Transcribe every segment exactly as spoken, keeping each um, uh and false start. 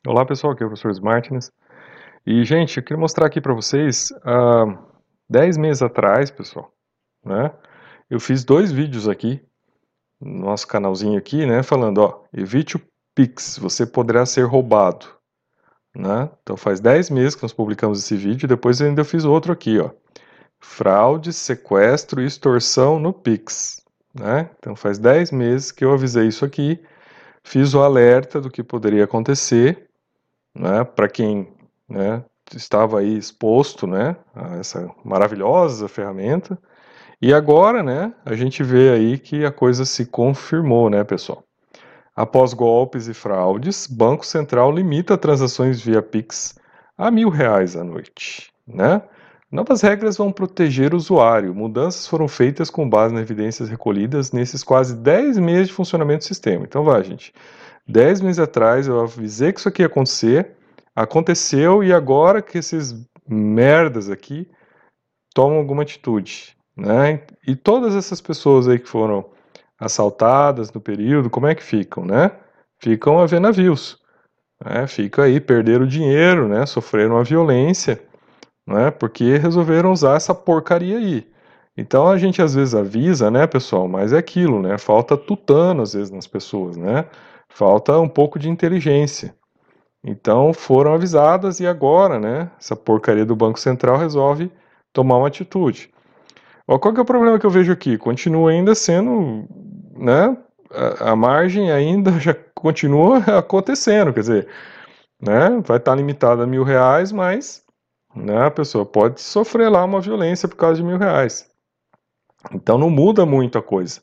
Olá pessoal, aqui é o professor Smartness. E gente, eu queria mostrar aqui para vocês, há dez meses atrás, pessoal, né? Eu fiz dois vídeos aqui, no nosso canalzinho aqui, né? Falando, ó, evite o Pix, você poderá ser roubado, né? Então faz dez meses que nós publicamos esse vídeo, e depois eu ainda fiz outro aqui, ó. Fraude, sequestro e extorsão no Pix, né? Então faz dez meses que eu avisei isso aqui, fiz o alerta do que poderia acontecer, né, para quem, né, estava aí exposto, né, a essa maravilhosa ferramenta. E agora, né, a gente vê aí que a coisa se confirmou, né, pessoal. Após golpes e fraudes, Banco Central limita transações via Pix a mil reais à noite, né? Novas regras vão proteger o usuário. Mudanças foram feitas com base nas evidências recolhidas nesses quase dez meses de funcionamento do sistema. Então vai, gente. Dez meses atrás eu avisei que isso aqui ia acontecer, aconteceu e agora que esses merdas aqui tomam alguma atitude, né? E todas essas pessoas aí que foram assaltadas no período, como é que ficam, né? Ficam a ver navios, né? Ficam aí, perderam dinheiro, né? Sofreram a violência, né? Porque resolveram usar essa porcaria aí. Então a gente às vezes avisa, né, pessoal, mas é aquilo, né? Falta tutano às vezes nas pessoas, né? Falta um pouco de inteligência. Então foram avisadas e agora, né, essa porcaria do Banco Central resolve tomar uma atitude. Ó, qual que é o problema que eu vejo aqui? Continua ainda sendo, né, a, a margem ainda já continua acontecendo, quer dizer, né, vai estar limitada a mil reais, mas, né, a pessoa pode sofrer lá uma violência por causa de mil reais. Então não muda muito a coisa.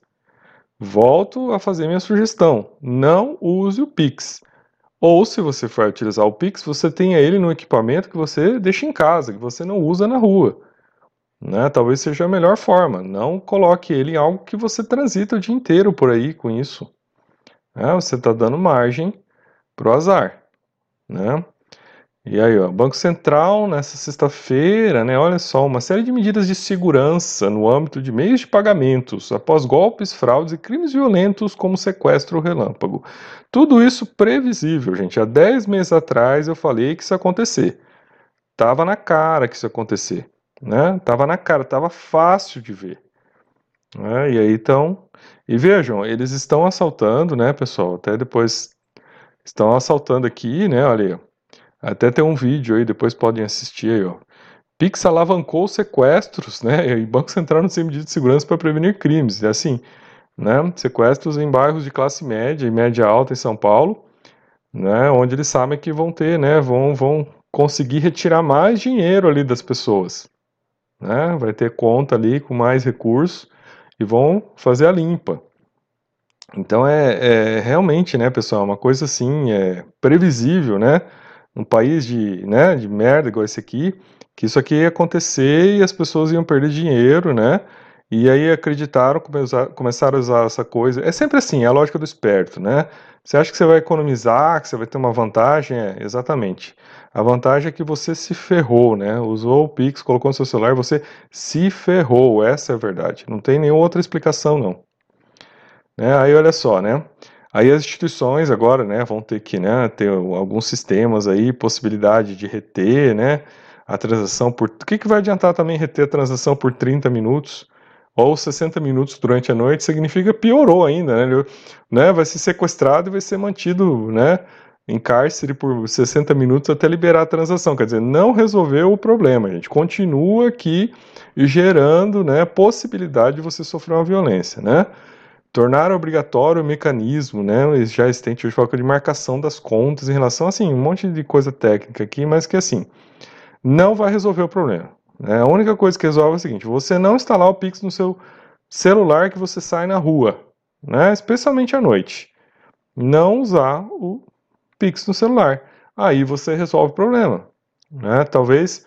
Volto a fazer minha sugestão, não use o Pix. Ou se você for utilizar o Pix, você tenha ele no equipamento que você deixa em casa, que você não usa na rua. Né? Talvez seja a melhor forma. Não coloque ele em algo que você transita o dia inteiro por aí com isso. Né? Você está dando margem para o azar. Né? E aí, ó, Banco Central, nessa sexta-feira, né, olha só, uma série de medidas de segurança no âmbito de meios de pagamentos, após golpes, fraudes e crimes violentos como sequestro relâmpago. Tudo isso previsível, gente. Há dez meses atrás eu falei que isso ia acontecer. Tava na cara que isso ia acontecer, né? Tava na cara, tava fácil de ver. Né? E aí então, e vejam, eles estão assaltando, né, pessoal? Até depois estão assaltando aqui, né? Olha aí, até tem um vídeo aí, depois podem assistir aí, ó. Pix alavancou sequestros, né? E Banco Central não tem medidas de segurança para prevenir crimes. É assim, né? Sequestros em bairros de classe média e média alta em São Paulo, né? Onde eles sabem que vão ter, né? Vão, vão conseguir retirar mais dinheiro ali das pessoas, né? Vai ter conta ali com mais recursos e vão fazer a limpa. Então é, é realmente, né, pessoal, uma coisa assim, é previsível, né? Um país de, né, de merda igual esse aqui, que isso aqui ia acontecer e as pessoas iam perder dinheiro, né? E aí acreditaram, começaram a usar essa coisa. É sempre assim, é a lógica do esperto, né? Você acha que você vai economizar, que você vai ter uma vantagem? É, exatamente. A vantagem é que você se ferrou, né? Usou o Pix, colocou no seu celular, você se ferrou. Essa é a verdade. Não tem nenhuma outra explicação, não. Né? Aí olha só, né? Aí as instituições agora, né, vão ter que, né, ter alguns sistemas aí, possibilidade de reter, né, a transação por... O que que vai adiantar também reter a transação por trinta minutos ou sessenta minutos durante a noite? Significa piorou ainda, né? Ele, né, vai ser sequestrado e vai ser mantido, né, em cárcere por sessenta minutos até liberar a transação. Quer dizer, não resolveu o problema, gente. Continua aqui gerando, né, possibilidade de você sofrer uma violência, né? Tornar obrigatório o mecanismo, né, já existente hoje, de marcação das contas em relação, assim, um monte de coisa técnica aqui, mas que, assim, não vai resolver o problema. Né? A única coisa que resolve é o seguinte, você não instalar o Pix no seu celular que você sai na rua, né, especialmente à noite. Não usar o Pix no celular. Aí você resolve o problema. Né? Talvez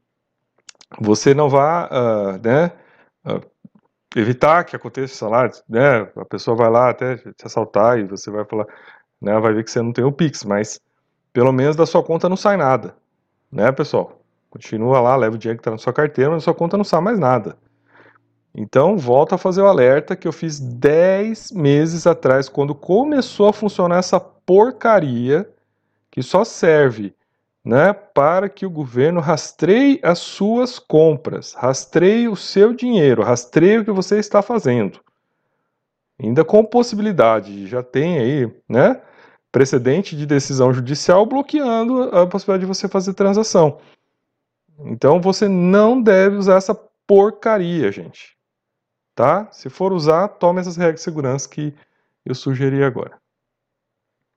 você não vá, uh, né, uh, evitar que aconteça salário, né? A pessoa vai lá até te assaltar e você vai falar, né? Vai ver que você não tem o Pix, mas pelo menos da sua conta não sai nada, né, pessoal? Continua lá, leva o dinheiro que está na sua carteira, mas da sua conta não sai mais nada. Então, volta a fazer o alerta que eu fiz dez meses atrás, quando começou a funcionar essa porcaria, que só serve, né, para que o governo rastreie as suas compras, rastreie o seu dinheiro, rastreie o que você está fazendo. Ainda com possibilidade, já tem aí, né, precedente de decisão judicial bloqueando a possibilidade de você fazer transação. Então você não deve usar essa porcaria, gente. Tá? Se for usar, tome essas regras de segurança que eu sugeri agora.